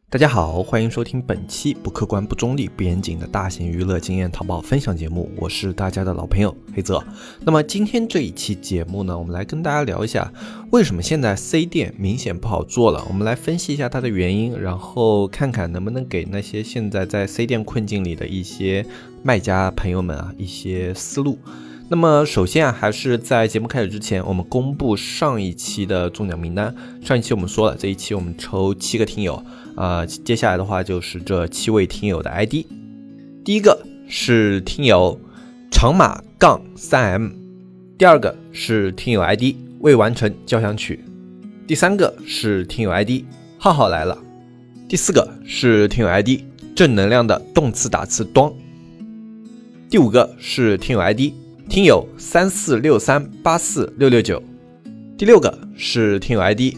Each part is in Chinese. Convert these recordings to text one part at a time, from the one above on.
大家好，欢迎收听本期不客观、不中立、不严谨的大型娱乐经验淘宝分享节目，我是大家的老朋友黑泽。那么今天这一期节目呢，我们来跟大家聊一下为什么现在 C 店明显不好做了，我们来分析一下它的原因，然后看看能不能给那些现在在 C 店困境里的一些卖家朋友们一些思路。那么首先还是在节目开始之前，我们公布上一期的中奖名单。上一期我们说了，这一期我们抽7个听友，接下来的话就是这7位听友的 ID。第一个是听友长马杠 3M， 第二个是听友 ID 未完成交响曲，第三个是听友 ID 浩浩来了，第四个是听友 ID 正能量的动次打次端，第五个是听友 ID听友3463846669，第六个是听友 ID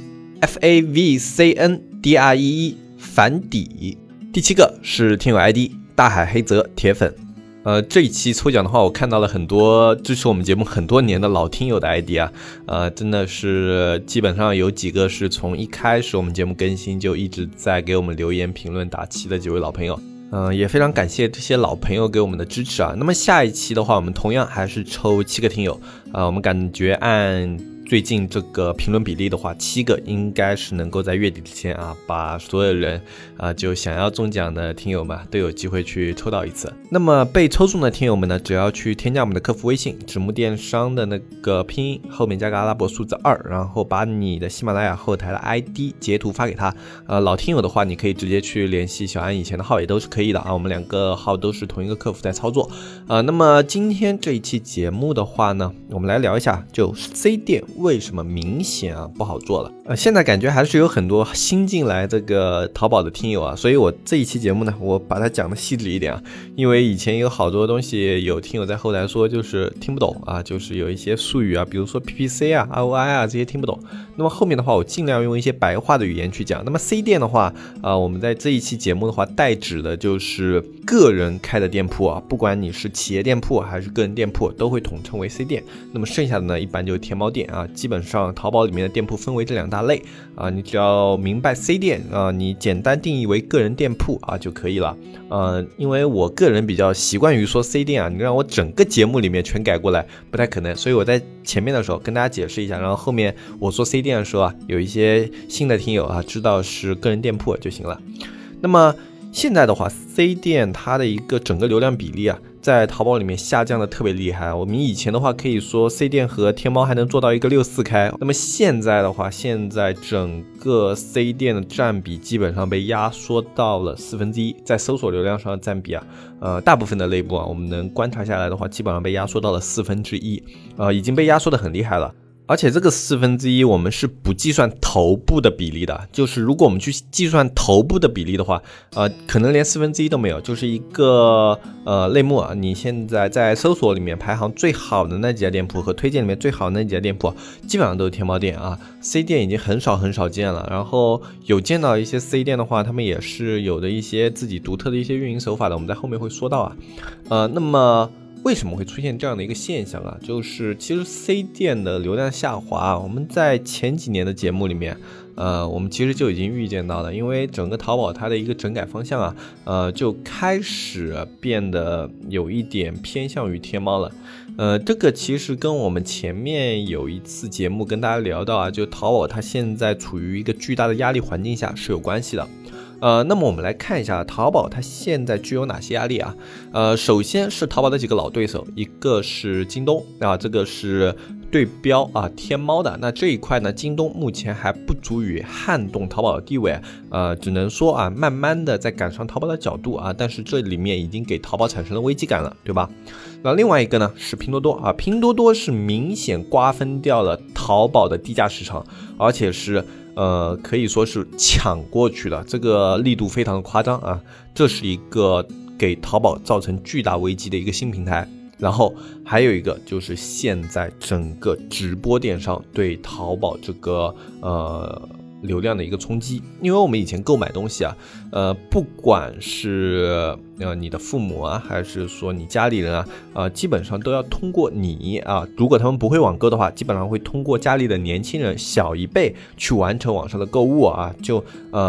FAVCNDREE 反底，第七个是听友 ID 大海黑泽铁粉。这一期抽奖的话，我看到了很多支持我们节目很多年的老听友的 ID 真的是基本上有几个是从一开始我们节目更新就一直在给我们留言评论打气的几位老朋友。也非常感谢这些老朋友给我们的支持那么下一期的话，我们同样还是抽7个听友我们感觉按最近这个评论比例的话，7个应该是能够在月底之前把所有人就想要中奖的听友们都有机会去抽到一次。那么被抽中的听友们呢，只要去添加我们的客服微信纸木电商的那个拼音后面加个阿拉伯数字2，然后把你的喜马拉雅后台的 ID 截图发给他。老听友的话，你可以直接去联系小安以前的号也都是可以的我们2个号都是同一个客服在操作。那么今天这一期节目的话呢，我们来聊一下就 C 店为什么明显不好做了。现在感觉还是有很多新进来这个淘宝的听友所以我这一期节目呢，我把它讲的细致一点因为以前有好多东西有听友在后台说就是听不懂就是有一些术语比如说 PPC ROI 这些听不懂。那么后面的话我尽量用一些白话的语言去讲。那么 C 店的话我们在这一期节目的话代指的就是个人开的店铺不管你是企业店铺还是个人店铺都会统称为 C 店。那么剩下的呢一般就是天猫店基本上淘宝里面的店铺分为这2大类你只要明白 C 店你简单定义为个人店铺就可以了。因为我个人比较习惯于说 C 店你让我整个节目里面全改过来不太可能，所以我在前面的时候跟大家解释一下，然后后面我说 C 店的时候有一些新的听友知道是个人店铺就行了。那么现在的话 C 店它的一个整个流量比例在淘宝里面下降的特别厉害。我们以前的话可以说 C 店和天猫还能做到一个6-4开，那么现在的话，现在整个 C 店的占比基本上被压缩到了1/4，在搜索流量上的占比大部分的类目我们能观察下来的话，基本上被压缩到了1/4，已经被压缩的很厉害了。而且这个1/4我们是不计算头部的比例的，就是如果我们去计算头部的比例的话可能连1/4都没有，就是一个类目你现在在搜索里面排行最好的那几家店铺和推荐里面最好的那几家店铺基本上都是天猫店C 店已经很少很少见了。然后有见到一些 C 店的话，他们也是有的一些自己独特的一些运营手法的，我们在后面会说到那么为什么会出现这样的一个现象就是其实 C 店的流量下滑我们在前几年的节目里面我们其实就已经预见到了，因为整个淘宝它的一个整改方向就开始变得有一点偏向于天猫了。这个其实跟我们前面有一次节目跟大家聊到就淘宝它现在处于一个巨大的压力环境下是有关系的。那么我们来看一下淘宝它现在具有哪些压力首先是淘宝的几个老对手，一个是京东这个是对标天猫的。那这一块呢，京东目前还不足以撼动淘宝的地位只能说慢慢的在赶上淘宝的角度但是这里面已经给淘宝产生了危机感了，对吧？那另外一个呢是拼多多拼多多是明显瓜分掉了淘宝的低价市场，而且是可以说是抢过去的，这个力度非常的夸张这是一个给淘宝造成巨大危机的一个新平台。然后还有一个就是现在整个直播电商对淘宝这个流量的一个冲击。因为我们以前购买东西不管是你的父母还是说你家里人基本上都要通过你如果他们不会网购的话，基本上会通过家里的年轻人小一辈去完成网上的购物就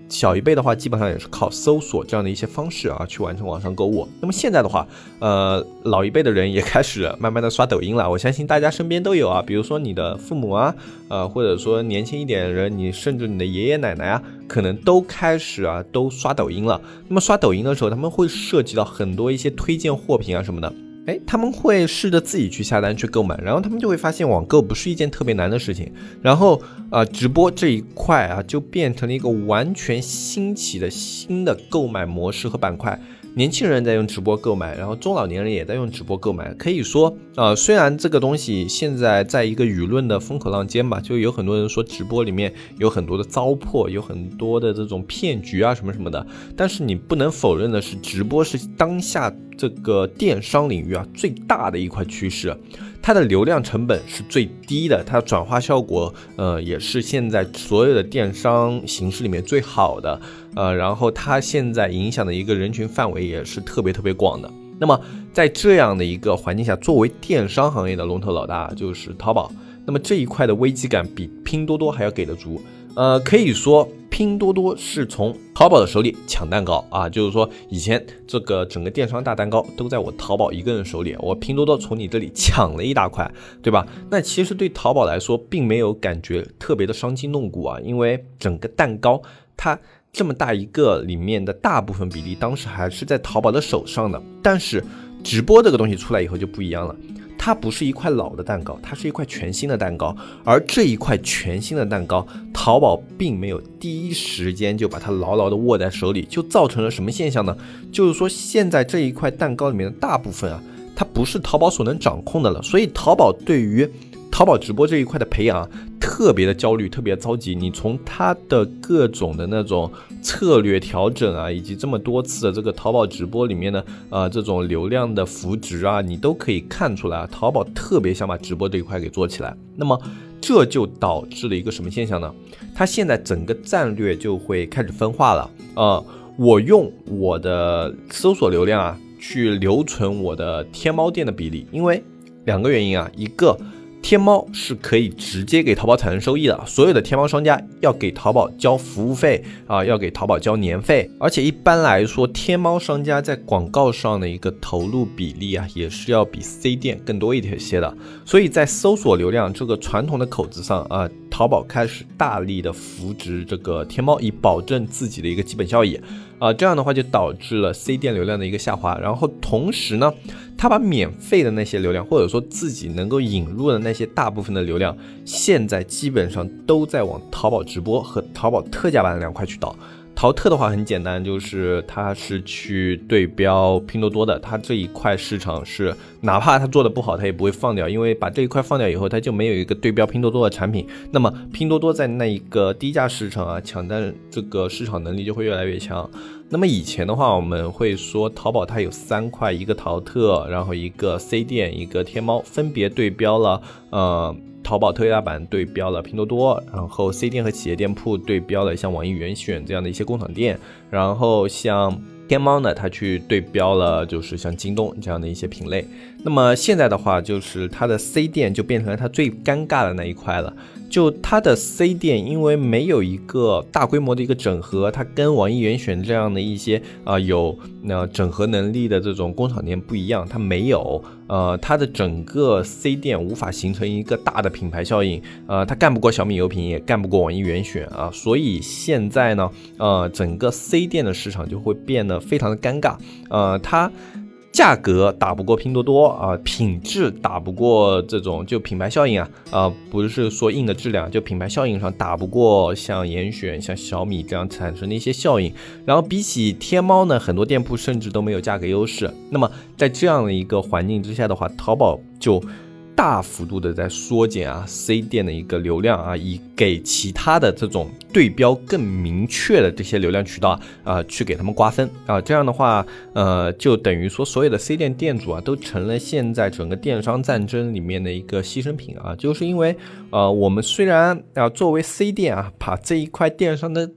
小一辈的话基本上也是靠搜索这样的一些方式啊去完成网上购物。那么现在的话老一辈的人也开始慢慢的刷抖音了，我相信大家身边都有啊，比如说你的父母啊或者说年轻一点的人，你甚至你的爷爷奶奶啊，可能都开始都刷抖音了。那么刷抖音的时候，他们会涉及到很多一些推荐货品啊什么的，他们会试着自己去下单去购买，然后他们就会发现网购不是一件特别难的事情，然后直播这一块就变成了一个完全兴起的新的购买模式和板块。年轻人在用直播购买，然后中老年人也在用直播购买。可以说虽然这个东西现在在一个舆论的风口浪尖吧，就有很多人说直播里面有很多的糟粕，有很多的这种骗局啊什么什么的，但是你不能否认的是，直播是当下这个电商领域最大的一块趋势，它的流量成本是最低的，它的转化效果也是现在所有的电商形式里面最好的，然后它现在影响的一个人群范围也是特别特别广的。那么在这样的一个环境下，作为电商行业的龙头老大就是淘宝，那么这一块的危机感比拼多多还要给得足。可以说拼多多是从淘宝的手里抢蛋糕啊，就是说以前这个整个电商大蛋糕都在我淘宝一个人手里，我拼多多从你这里抢了一大块，对吧？那其实对淘宝来说并没有感觉特别的伤筋动骨啊，因为整个蛋糕它这么大一个里面的大部分比例当时还是在淘宝的手上的。但是直播这个东西出来以后就不一样了，它不是一块老的蛋糕，它是一块全新的蛋糕，而这一块全新的蛋糕，淘宝并没有第一时间就把它牢牢的握在手里，就造成了什么现象呢？就是说现在这一块蛋糕里面的大部分它不是淘宝所能掌控的了，所以淘宝对于淘宝直播这一块的培养特别的焦虑，特别着急。你从它的各种的那种策略调整以及这么多次的这个淘宝直播里面的这种流量的扶植你都可以看出来淘宝特别想把直播这一块给做起来。那么这就导致了一个什么现象呢？它现在整个战略就会开始分化了。我用我的搜索流量去留存我的天猫店的比例，因为两个原因一个天猫是可以直接给淘宝产生收益的，所有的天猫商家要给淘宝交服务费要给淘宝交年费，而且一般来说天猫商家在广告上的一个投入比例也是要比 C 店更多一些的，所以在搜索流量这个传统的口子上淘宝开始大力的扶植这个天猫，以保证自己的一个基本效益这样的话就导致了 C 店流量的一个下滑。然后同时呢，他把免费的那些流量，或者说自己能够引入的那些大部分的流量，现在基本上都在往淘宝直播和淘宝特价版两块去倒。淘特的话很简单，就是它是去对标拼多多的，它这一块市场是哪怕它做的不好它也不会放掉，因为把这一块放掉以后它就没有一个对标拼多多的产品，那么拼多多在那一个低价市场抢占这个市场能力就会越来越强。那么以前的话我们会说淘宝它有3块，一个淘特，然后一个 C 店，一个天猫，分别对标了淘宝特价版对标了拼多多，然后 C 店和企业店铺对标了像网易严选这样的一些工厂店，然后像天猫呢它去对标了就是像京东这样的一些品类。那么现在的话就是它的 C 店就变成了它最尴尬的那一块了，就它的 C 店因为没有一个大规模的一个整合，它跟网易严选这样的一些有整合能力的这种工厂店不一样，它没有它的整个 C 店无法形成一个大的品牌效应，它干不过小米油品，也干不过网易严选所以现在呢整个 C 店的市场就会变得非常的尴尬，它价格打不过拼多多品质打不过这种就品牌效应不是说硬的质量，就品牌效应上打不过像严选像小米这样产生的一些效应，然后比起天猫呢很多店铺甚至都没有价格优势。那么在这样的一个环境之下的话，淘宝就大幅度的在缩减C 店的一个流量以给其他的这种对标更明确的这些流量渠道去给他们瓜分这样的话就等于说所有的 C 店店主都成了现在整个电商战争里面的一个牺牲品就是因为我们虽然作为 C 店把这一块电商的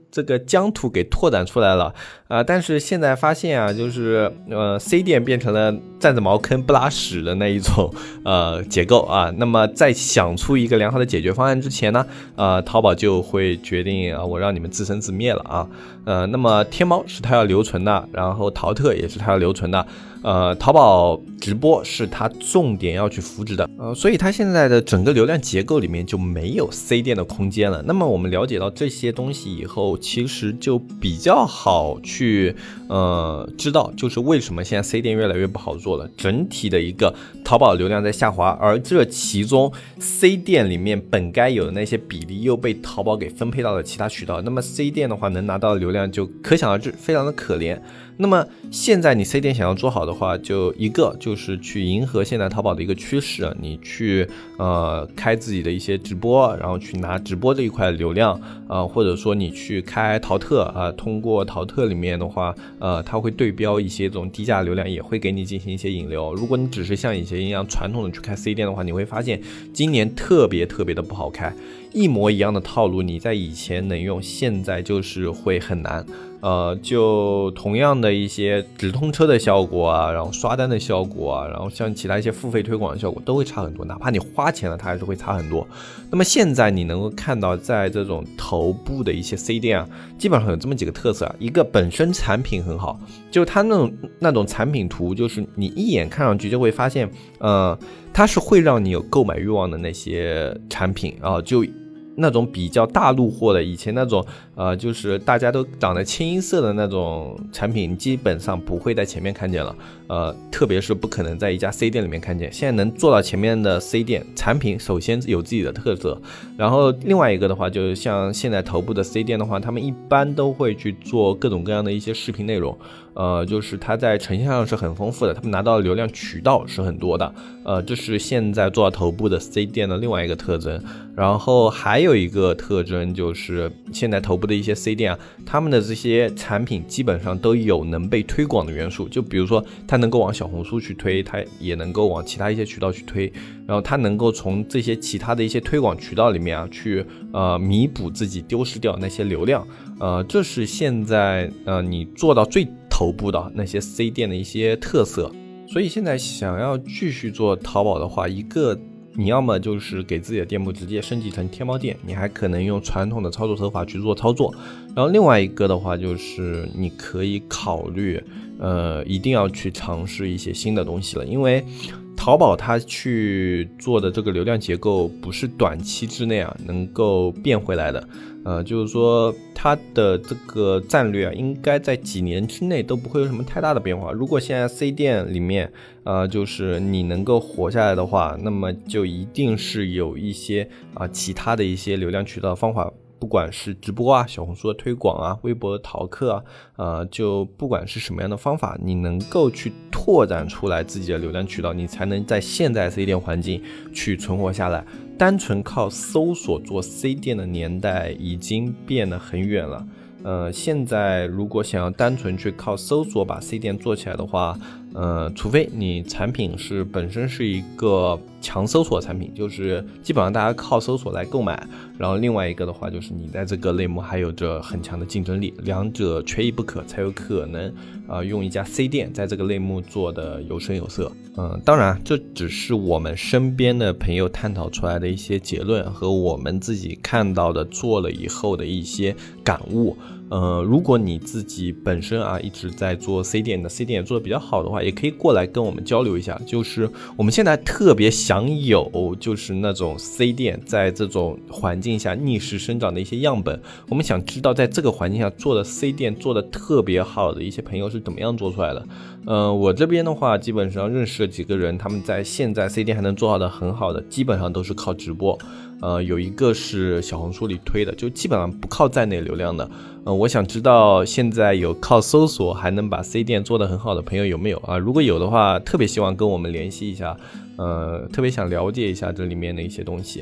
这个疆土给拓展出来了但是现在发现啊，就是C 店变成了站着茅坑不拉屎的那一种结构啊。那么在想出一个良好的解决方案之前呢，淘宝就会决定我让你们自生自灭了啊。那么天猫是它要留存的，然后淘特也是它要留存的。淘宝直播是它重点要去扶植的，所以它现在的整个流量结构里面就没有 C 店的空间了。那么我们了解到这些东西以后，其实就比较好去知道就是为什么现在 C 店越来越不好做了。整体的一个淘宝流量在下滑，而这其中 C 店里面本该有的那些比例又被淘宝给分配到了其他渠道，那么 C 店的话能拿到的流量就可想而知，非常的可怜。那么现在你 C 店想要做好的话，就一个就是去迎合现在淘宝的一个趋势，你去开自己的一些直播，然后去拿直播这一块流量或者说你去开淘特通过淘特里面的话它会对标一些这种低价流量，也会给你进行一些引流。如果你只是像以前一样传统的去开 C 店的话，你会发现今年特别的不好开，一模一样的套路你在以前能用，现在就是会很难。就同样的一些直通车的效果啊，然后刷单的效果啊，然后像其他一些付费推广的效果都会差很多，哪怕你花钱了它还是会差很多。那么现在你能够看到在这种头部的一些 C 店基本上有这么几个特色一个本身产品很好，就它那种产品图，就是你一眼看上去就会发现它是会让你有购买欲望的那些产品就那种比较大陆货的，以前那种就是大家都长得清一色的那种产品，基本上不会在前面看见了，特别是不可能在一家 C 店里面看见。现在能做到前面的 C 店产品，首先有自己的特色，然后另外一个的话，就是像现在头部的 C 店的话，他们一般都会去做各种各样的一些视频内容，就是它在呈现上是很丰富的，他们拿到的流量渠道是很多的，这是现在做到头部的 C 店的另外一个特征。然后还有一个特征就是现在头部的一些 C 店他们的这些产品基本上都有能被推广的元素，就比如说它能够往小红书去推，它也能够往其他一些渠道去推，然后它能够从这些其他的一些推广渠道里面去弥补自己丢失掉那些流量，这是现在你做到最头部的那些 C 店的一些特色。所以现在想要继续做淘宝的话，一个你要么就是给自己的店铺直接升级成天猫店，你还可能用传统的操作手法去做操作。然后另外一个的话就是你可以考虑一定要去尝试一些新的东西了，因为淘宝它去做的这个流量结构不是短期之内能够变回来的，就是说它的这个战略应该在几年之内都不会有什么太大的变化。如果现在 C 店里面就是你能够活下来的话，那么就一定是有一些其他的一些流量渠道的方法，不管是直播小红书的推广微博的淘客就不管是什么样的方法，你能够去拓展出来自己的流量渠道，你才能在现在 C 店环境去存活下来。单纯靠搜索做 C 店的年代已经变得很远了。现在如果想要单纯去靠搜索把 C 店做起来的话，除非你产品是本身是一个强搜索产品，就是基本上大家靠搜索来购买，然后另外一个的话就是你在这个类目还有着很强的竞争力，两者缺一不可，才有可能用一家 C 店在这个类目做的有声有色。当然这只是我们身边的朋友探讨出来的一些结论和我们自己看到的做了以后的一些感悟。如果你自己本身一直在做 C 店的 C 店也做的比较好的话，也可以过来跟我们交流一下。就是我们现在特别想有就是那种 C 店在这种环境下逆势生长的一些样本，我们想知道在这个环境下做的 C 店做的特别好的一些朋友是怎么样做出来的。我这边的话基本上认识了几个人，他们在现在 C 店还能做好的很好的，基本上都是靠直播。有一个是小红书里推的，就基本上不靠站内流量的。我想知道现在有靠搜索还能把 C 店做得很好的朋友有没有如果有的话，特别希望跟我们联系一下，特别想了解一下这里面的一些东西。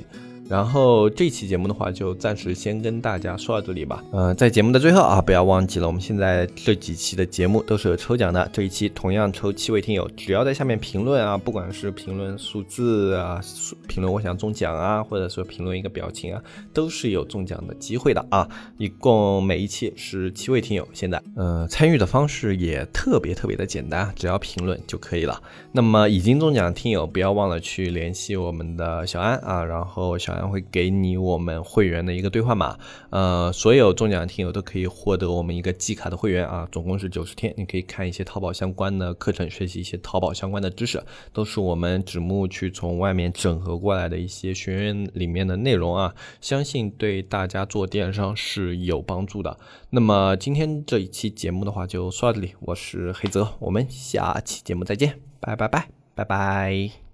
然后这期节目的话就暂时先跟大家说到这里吧。在节目的最后啊，不要忘记了我们现在这几期的节目都是有抽奖的，这一期同样抽7位听友，只要在下面评论啊，不管是评论数字啊，评论我想中奖啊，或者说评论一个表情啊，都是有中奖的机会的啊。一共每一期是7位听友，现在参与的方式也特别的简单，只要评论就可以了。那么已经中奖的听友不要忘了去联系我们的小安啊，然后小安会给你我们会员的一个兑换码。所有中奖的听友都可以获得我们一个季卡的会员啊，总共是90天，你可以看一些淘宝相关的课程，学习一些淘宝相关的知识，都是我们指木去从外面整合过来的一些学院里面的内容啊，相信对大家做电商是有帮助的。那么今天这一期节目的话就说到这里，我是黑泽，我们下期节目再见，拜拜。